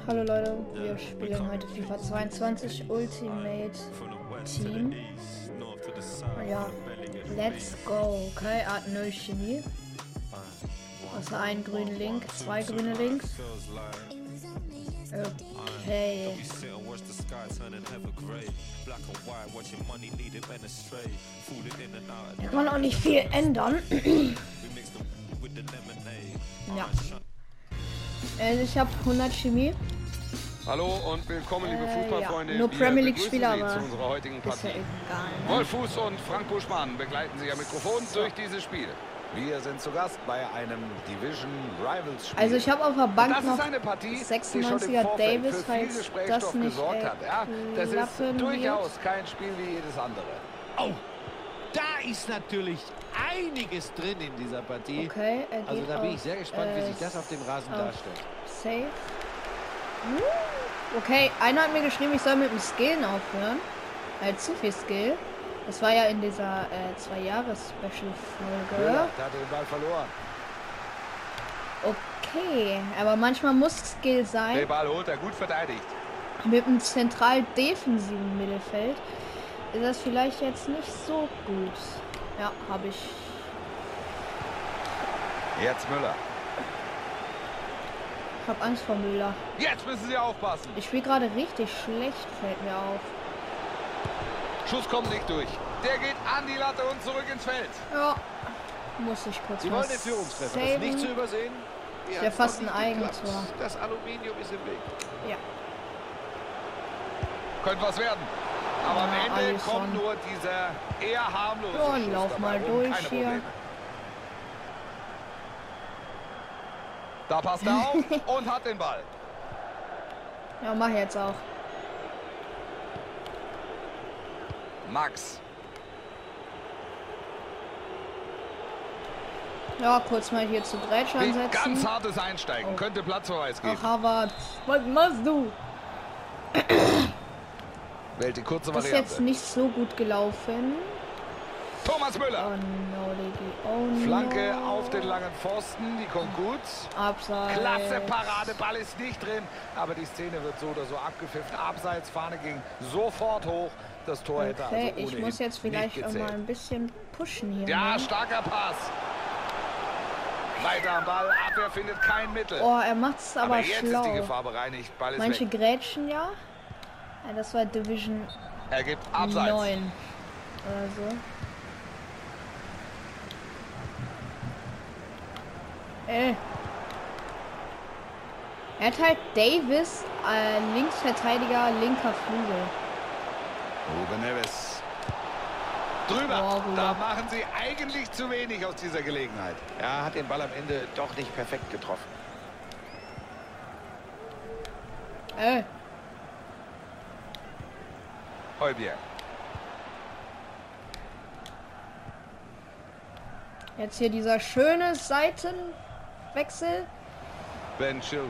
Hallo Leute, wir spielen heute FIFA 22 Ultimate Team. Ja, let's go. Okay, Art neu Chemie. Also ein grünen Link, zwei grüne Links. Okay. Da kann man auch nicht viel ändern. Ja. Also ich habe 100 Chemie. Hallo und willkommen, liebe Fußballfreunde. Ja, nur Premier League Spieler, aber zu unserer heutigen Partie. ist ja egal, ne? Wolf Fuß und Frank Buschmann begleiten Sie am Mikrofon durch dieses Spiel. Wir sind zu Gast bei einem Division Rivals Spiel. Also ich habe auf der Bank das noch ist eine Partie, 96er Davis, falls das nicht gesorgt hat. Ja, das ist durchaus wird. kein Spiel wie jedes andere. Oh, da ist natürlich einiges drin in dieser Partie. Okay, er geht also da bin ich auf, sehr gespannt, wie sich das auf dem Rasen darstellt. Safe. Okay, einer hat mir geschrieben, ich soll mit dem Skillen aufhören. Zu viel Skill. Das war ja in dieser 2-Jahres-Special-Folge. Ja, der hat den Ball verloren. Okay, aber manchmal muss Skill sein. Den Ball holt er gut verteidigt. Mit einem zentral defensiven Mittelfeld ist das vielleicht jetzt nicht so gut. Ja, habe ich. Jetzt Müller. Ich habe Angst vor Müller. Jetzt müssen Sie aufpassen. Ich spiele gerade richtig schlecht, fällt mir auf. Schuss kommt nicht durch. Der geht an die Latte und zurück ins Feld. Ja, muss ich kurz Sie mal wollen den Führungstreffer, das ist nicht zu übersehen. Ist ja fast ein Eigentor. Das Aluminium ist im Weg. Ja. Könnte was werden. Aber am Ja, Ende Alisson. kommt nur dieser eher harmlose Ja, Schuss lauf dabei mal rum. durch Keine hier. Probleme. Da passt er auf und hat den Ball. Ja, mach jetzt auch. Max. Ja, kurz mal hier zu Grätsch ansetzen. Ganz hartes Einsteigen. Oh. Könnte Platzverweis geben. Ach, Harvard. Was machst du? Wählt die kurze Das ist Variante. jetzt nicht so gut gelaufen. Thomas Müller. Oh no, Diggi. Oh no. Flanke auf den langen Pfosten. Die kommt gut. Abseits. Klasse Parade. Ball ist nicht drin. Aber die Szene wird so oder so abgepfiffen. Abseits. Fahne ging sofort hoch. Das Tor hätte also Okay, ohnehin ich muss jetzt vielleicht nicht auch mal gezählt. ein bisschen pushen hier. Ja, ne? starker Pass. Weiter am Ball. Abwehr findet kein Mittel. Oh, er macht's aber jetzt schlau. ist die Gefahr bereinigt. Ball ist Manche weg. Grätschen ja. Ja, das war Division Er gibt Abseits. 9 oder so. Er hat halt Davis, Linksverteidiger, linker Flügel. Ruben Neves. Drüber. Oh, rüber. Da machen sie eigentlich zu wenig aus dieser Gelegenheit. Ja, hat den Ball am Ende doch nicht perfekt getroffen. Heubier. Jetzt hier dieser schöne Seitenwechsel. Ben Chilwell.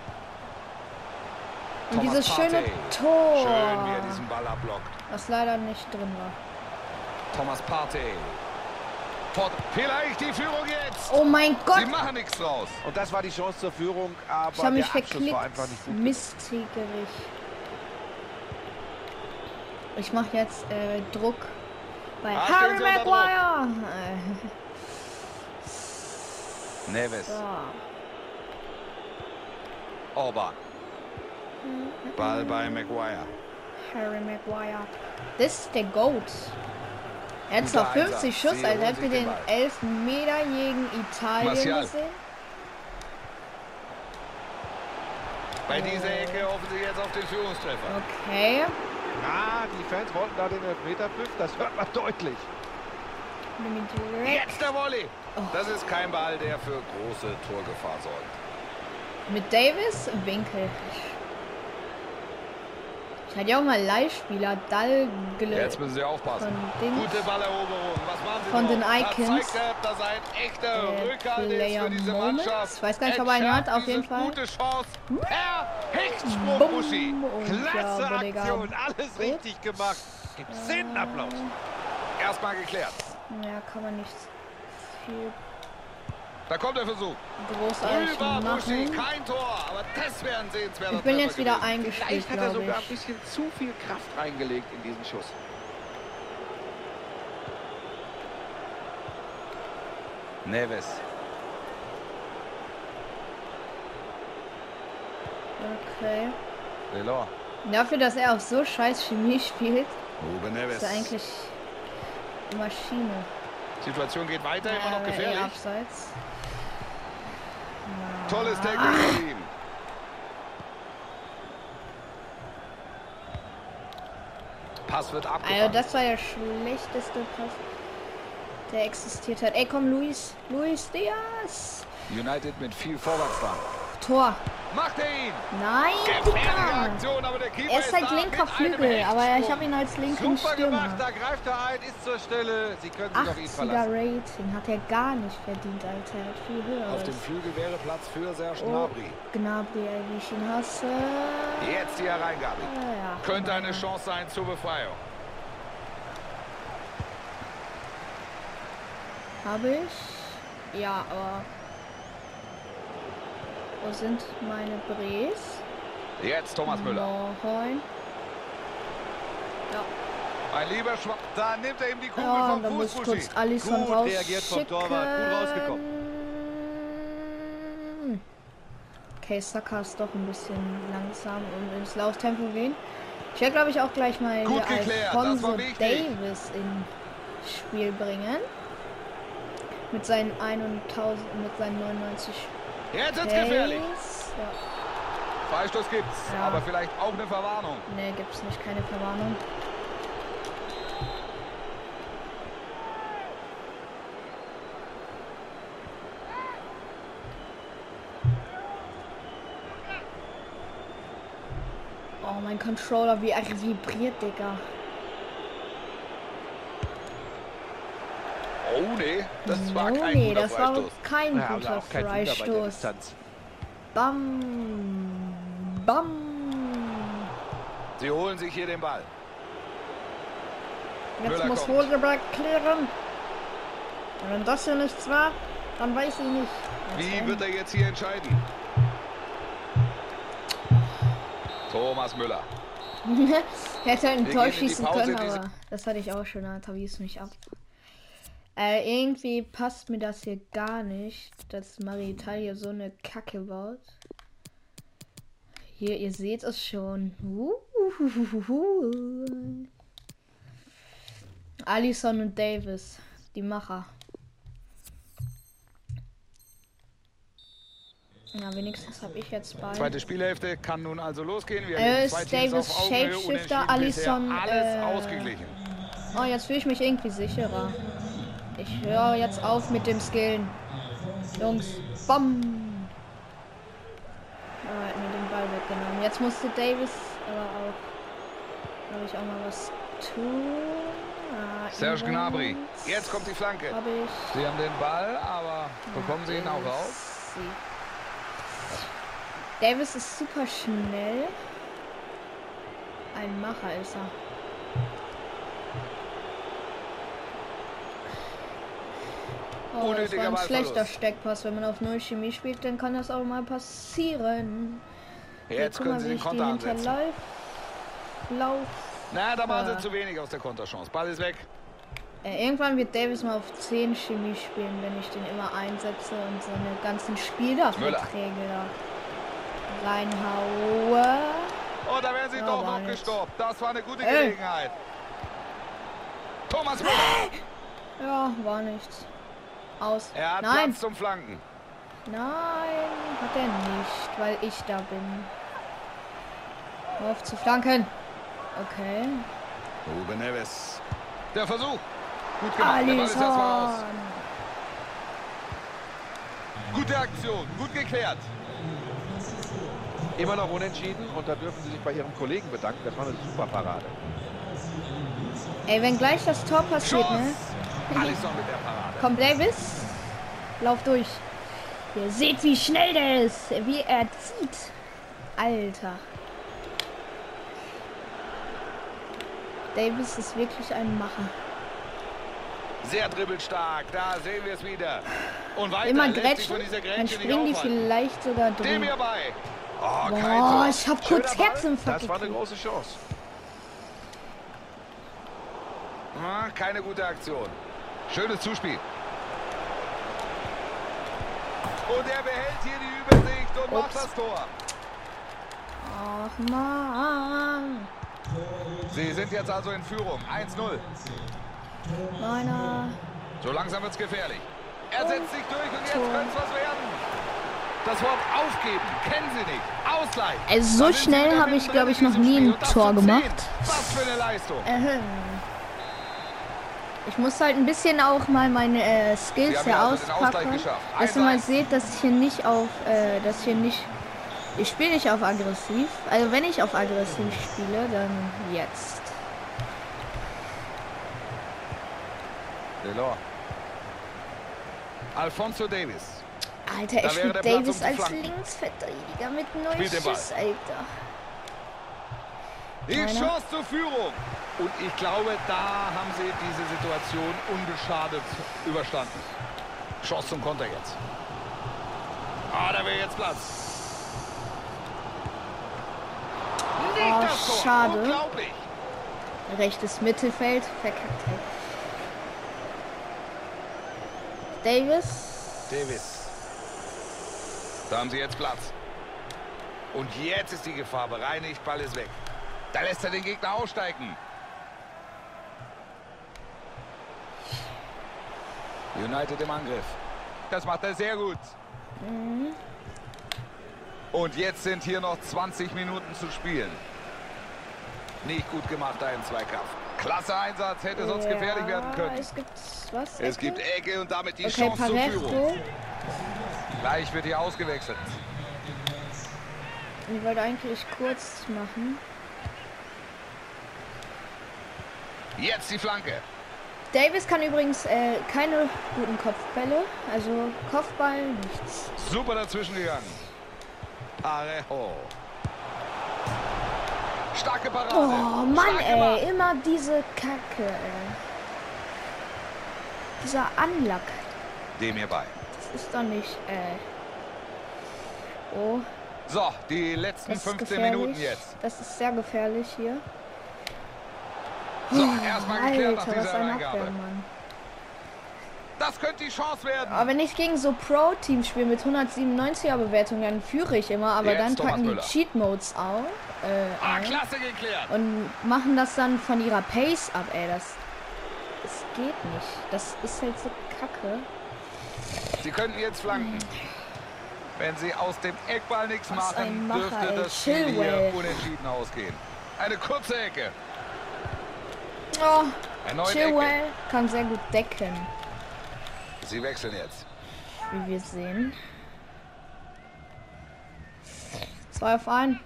Und Thomas dieses schöne Partey. Tor, Schön, wie er diesen Ball abblockt. was leider nicht drin war. Thomas Partey. Vielleicht die Führung jetzt. Oh mein Gott! Sie machen nichts draus. Und das war die Chance zur Führung, aber Ich habe mich der Abschluss war einfach nicht verklickt. gut. Misttäterig. Ich mache jetzt Druck bei Ah, Harry stehen Sie unter Maguire. Neves. So. Orban. Ball bei Maguire. Harry Maguire. Das ist der Goat. Er hat zwar Guter 50 Einsatz. Schuss, Sie als holen hätte sich den den Ball. Elfmeter gegen Italien Martial. gesehen. Bei dieser Ecke hoffen sie jetzt auf den Führungstreffer. Okay. Ah, die Fans wollten da den Elfmeterpfiff, das hört man deutlich. Nimm ihn direkt. Jetzt der Volley. Das ist kein Ball, der für große Torgefahr sorgt. Mit Davis Winkel. Ich hatte ja auch mal Leihspieler, Dalgle. Jetzt müssen sie aufpassen. Von den- Gute Balleroberung. Was machen sie von noch? den Da Icons. zeigt er, dass er ein echter Rückhalt ist Player für diese Moments. Mannschaft. Ich weiß gar nicht, ob er einen hat, auf jeden Diese Fall. Gute Chance. Hechtsprung, Buschi. Bumm und Klasse ja, Digga. Aktion, alles richtig gemacht. Gibt's einen Applaus. Erstmal geklärt. Ja, kann man nicht viel. Da kommt der Versuch. großartig Rüber, Buschi, machen. kein Tor, aber das wäre ein sehenswerter Ich bin Treffer jetzt wieder gewesen. eingespielt, Vielleicht hat er glaube sogar ein ich. bisschen zu viel Kraft reingelegt in diesen Schuss. Neves. Okay. Delors. Dafür, dass er auf so scheiß Chemie spielt, Ruben ist Neves. er eigentlich eine Maschine. Situation geht weiter, immer noch gefährlich. Abseits. Tolles Tackling von ihm. Pass wird Also abgefangen. das war der schlechteste Pass, der existiert hat. Ey, komm, Luis Diaz. United mit viel Vorwärtsdrang. Tor. Macht er ihn! Nein, Gefährliche Digga. Aktion, aber der Keeper Er ist halt da linker mit einem Flügel, aber ich Hechtsprung. habe ihn als linken Super gemacht, Stürmer. da greift er ein, ist zur Stelle. Sie können sich auf ihn 80er verlassen. Rating hat er gar nicht verdient, Alter. Er hat viel höher. Auf dem Flügel wäre Platz für Serge Oh, Gnabry. Gnabry, ey, wie ich ihn hasse. Jetzt die Hereingabe. Ja, Könnte eine Chance sein zur Befreiung. habe ich. Ja, aber wo sind meine Brees? Jetzt Thomas Müller. Moin. Ja. Ein lieber Schwach. Da nimmt er ihm die Kugel Ja, und vom dann Fuß, muss Buschi. kurz Alisson Gut reagiert vom rausschicken. Torwart, gut rausgekommen. Okay, Saka ist doch ein bisschen langsam und ins Lauftempo gehen. Ich werde, glaube ich, auch gleich mal Gut hier geklärt, das war Alphonso wichtig. Davies ins Spiel bringen. Mit seinen 99 Jetzt wird's gefährlich. Pace. Ja. Freistoß gibt's, Ja. aber vielleicht auch eine Verwarnung. Nee, gibt's nicht, keine Verwarnung. Oh, mein Controller, wie er vibriert, Digga. Oh nee, das war kein nee, guter das war Freistoß. kein Ja, aber guter auch kein Wunder bei der Freistoß. Distanz. Bam. Bam. Sie holen sich hier den Ball. Jetzt Müller muss kommt. Holgeberg klären. Und wenn das hier nichts war, dann weiß ich nicht. Wie wird er jetzt hier entscheiden? Thomas Müller. Hätte ein Wir Tor gehen in die schießen Pause, können, diese- aber das hatte ich auch schon, da tabi es mich ab. Irgendwie passt mir das hier gar nicht, dass Maritalia so eine Kacke baut. Hier, ihr seht es schon. Alisson und Davis, die Macher. Ja, wenigstens habe ich jetzt bei. Zweite Spielhälfte kann nun also losgehen. Wir erleben zwei Ist Teams Davis auf Augenhöhe, Shapeshifter, unentschieden bisher, Alisson, alles ausgeglichen. Oh, jetzt fühle ich mich irgendwie sicherer. Ich höre jetzt auf mit dem Skillen. Jungs, bam! Oh, er hat mir den Ball weggenommen. Jetzt musste Davis aber auch, glaube ich, auch mal was tun. Ah, Serge Evans Gnabry. Jetzt kommt die Flanke. hab ich. Sie haben den Ball, aber bekommen Sie ihn auch raus? Davis ist super schnell. Ein Macher ist er. Oh, das war Unnötiger ein Ballverlust. schlechter Steckpass. Wenn man auf Null Chemie spielt, dann kann das auch mal passieren. Jetzt können Sie den Konter ansetzen. Lauf. Na, da waren Sie zu wenig aus der Konterchance. Ball ist weg. Irgendwann wird Davis mal auf 10 Chemie spielen, wenn ich den immer einsetze und seine ganzen Spielerverträge da reinhaue. Oh, da werden Sie Ja, doch war noch nichts. gestoppt. Das war eine gute Ey. Gelegenheit. Thomas Müller. Ja, war nichts. Aus. Er hat Nein, Platz zum Flanken. nein, hat er nicht, weil ich da bin. Hör auf zu flanken. Okay. Ruben Neves. Der Versuch. Gut gemacht. Der Ball ist erstmal raus. Alisson. Gute Aktion. Gut geklärt. Immer noch unentschieden und da dürfen Sie sich bei Ihrem Kollegen bedanken. Das war eine super Parade. Ey, wenn gleich das Tor passiert, Schuss. ne? Alisson mit der Parade. Komm, Davis. Lauf durch. Ihr seht, wie schnell der ist. Wie er zieht. Alter. Davis ist wirklich ein Macher. Sehr dribbelstark, da sehen wir es wieder. Und weiter, Immer lässt sich grätschen, von dieser dann Grätsche springen die nicht aufhalten. vielleicht sogar Dem drin. hierbei. Oh, kein Boah, Tor. ich hab Schöner kurz Ball. Herzinfarkt Das war eine gekriegt. große Chance. Keine gute Aktion. Schönes Zuspiel. Und er behält hier die Übersicht und macht Ups. das Tor. Ach man. Sie sind jetzt also in Führung. 1-0. Meiner. So langsam wird es gefährlich. Er setzt sich durch und jetzt Tor. könnte es was werden. Das Wort aufgeben kennen Sie nicht. Ausgleich. Also so Da sind Sie schnell wieder habe ich, mittendrin glaube ich, in noch diesem nie Spiel. ein Und das Tor zu 10. gemacht. Was für eine Leistung. Ich muss halt ein bisschen auch mal meine Skills Sie haben hier ja also den Ausgleich auspacken, geschafft. dass ihr mal 1-1. seht, dass ich hier nicht auf, ich spiele nicht auf aggressiv. Also wenn ich auf aggressiv spiele, dann jetzt. Delors. Alphonso Davies. Alter, Da er wäre spielt der Platz, Davis um zu als flanken. Linksverteidiger mit Spielt den Ball. Neuschiss, Alter. Die Meiner. Chance zur Führung. Und ich glaube, da haben sie diese Situation unbeschadet überstanden. Chance zum Konter jetzt. Ah, da wäre jetzt Platz. Nicht Oh, das Tor. schade. Unglaublich. Rechtes Mittelfeld, verkackt halt. Davis. Davis. Da haben sie jetzt Platz. Und jetzt ist die Gefahr bereinigt. Ball ist weg. Da lässt er den Gegner aussteigen. United im Angriff. Das macht er sehr gut. Und jetzt sind hier noch 20 Minuten zu spielen. Nicht gut gemacht, da im Zweikampf. Klasse Einsatz, hätte sonst gefährlich werden können. Es gibt was? Es gibt Ecke und damit die Okay, Chance zur Führung. Parejo. Gleich wird hier ausgewechselt. Ich wollte eigentlich kurz machen. Jetzt die Flanke. Davis kann übrigens keine guten Kopfbälle. Also Kopfball nichts. Super dazwischen gegangen. Parejo. Starke Parade. Oh Mann, Stark gemacht. ey. Immer diese Kacke, ey. Dieser Anlack. Dem hierbei. Das ist doch nicht, Oh, So, die letzten das ist 15 gefährlich. Minuten jetzt. Das ist sehr gefährlich hier. So, erstmal geklärt nach Alter, was dieser ein Eingabe. Abwehrmann. Das könnte die Chance werden. Aber wenn ich gegen so Pro-Teams spiele mit 197er Bewertung, dann führe ich immer, aber Jetzt dann Thomas packen die Müller. Cheat-Modes auch ein Klasse geklärt. und machen das dann von ihrer Pace ab, ey. Das geht nicht. Das ist halt so kacke. Sie könnten jetzt flanken. Wenn sie aus dem Eckball nichts Was ein machen, Macher, dürfte ey. das Spiel Chilwell. hier unentschieden ausgehen. Eine kurze Ecke. Oh, Erneut Ecke. Chilwell kann sehr gut decken, Sie wechseln jetzt. wie wir sehen. 2 auf 1.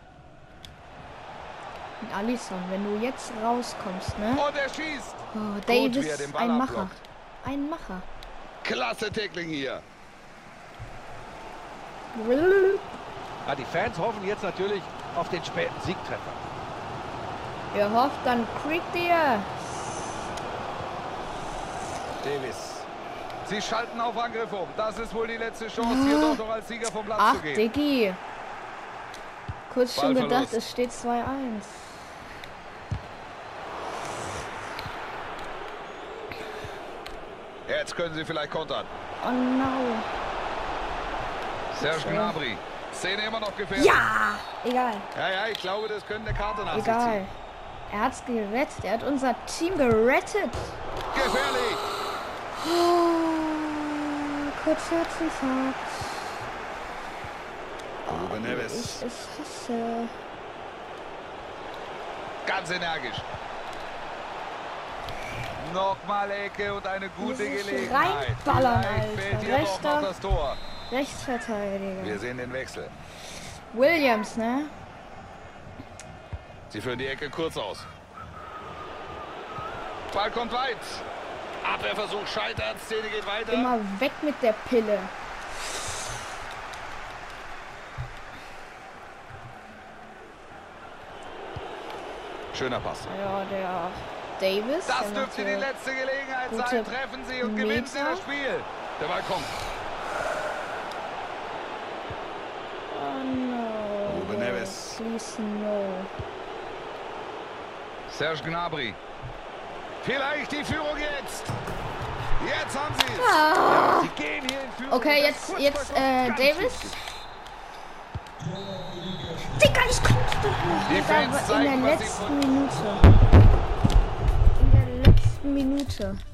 Und Alisson, wenn du jetzt rauskommst, ne? Und er schießt. Oh, wie er Davis, den Ball ein Macher. abblockt. Ein Macher. Klasse Tackling hier. Ja, die Fans hoffen jetzt natürlich auf den späten Siegtreffer. Ihr hofft, dann kriegt ihr. Davis. Sie schalten auf Angriff um. Das ist wohl die letzte Chance, hier doch noch als Sieger vom Platz Ach, zu gehen. Diggi. Kurz schon Ballverlust. gedacht, es steht 2-1. Jetzt können sie vielleicht kontern. Oh no. Serge So. Gnabry. Szene immer noch gefährlich. Ja! Egal, Ja, ich glaube, das könnte eine Karte nach sich ziehen. egal. Er hat's gerettet. Er hat unser Team gerettet. Gefährlich. Oh, kurz Herzinfarkt. Ruben Ich Neves. es hasse. Ganz energisch. Nochmal Ecke und eine gute Dieses Gelegenheit. Reinballern, Vielleicht Alter. fällt hier doch noch Rechter. das Tor. Rechtsverteidiger. Wir sehen den Wechsel. Williams, ne? Sie führen die Ecke kurz aus. Ball kommt weit. Abwehrversuch scheitert. Szene geht weiter. Immer weg mit der Pille. Schöner Pass. Ja, der Davis. Das dürfte die letzte Gelegenheit sein. Treffen Sie und gewinnen Sie das Spiel. Der Ball kommt. Oh no. Ruben Neves. Please no. Serge Gnabry. Vielleicht die Führung jetzt. Jetzt haben Sie es. Ah. Sie gehen hier in Führung. Okay, jetzt Davis. Digga, ich konnte doch nicht. Die Fans zeigen, in der was letzten Minute. In der letzten Minute.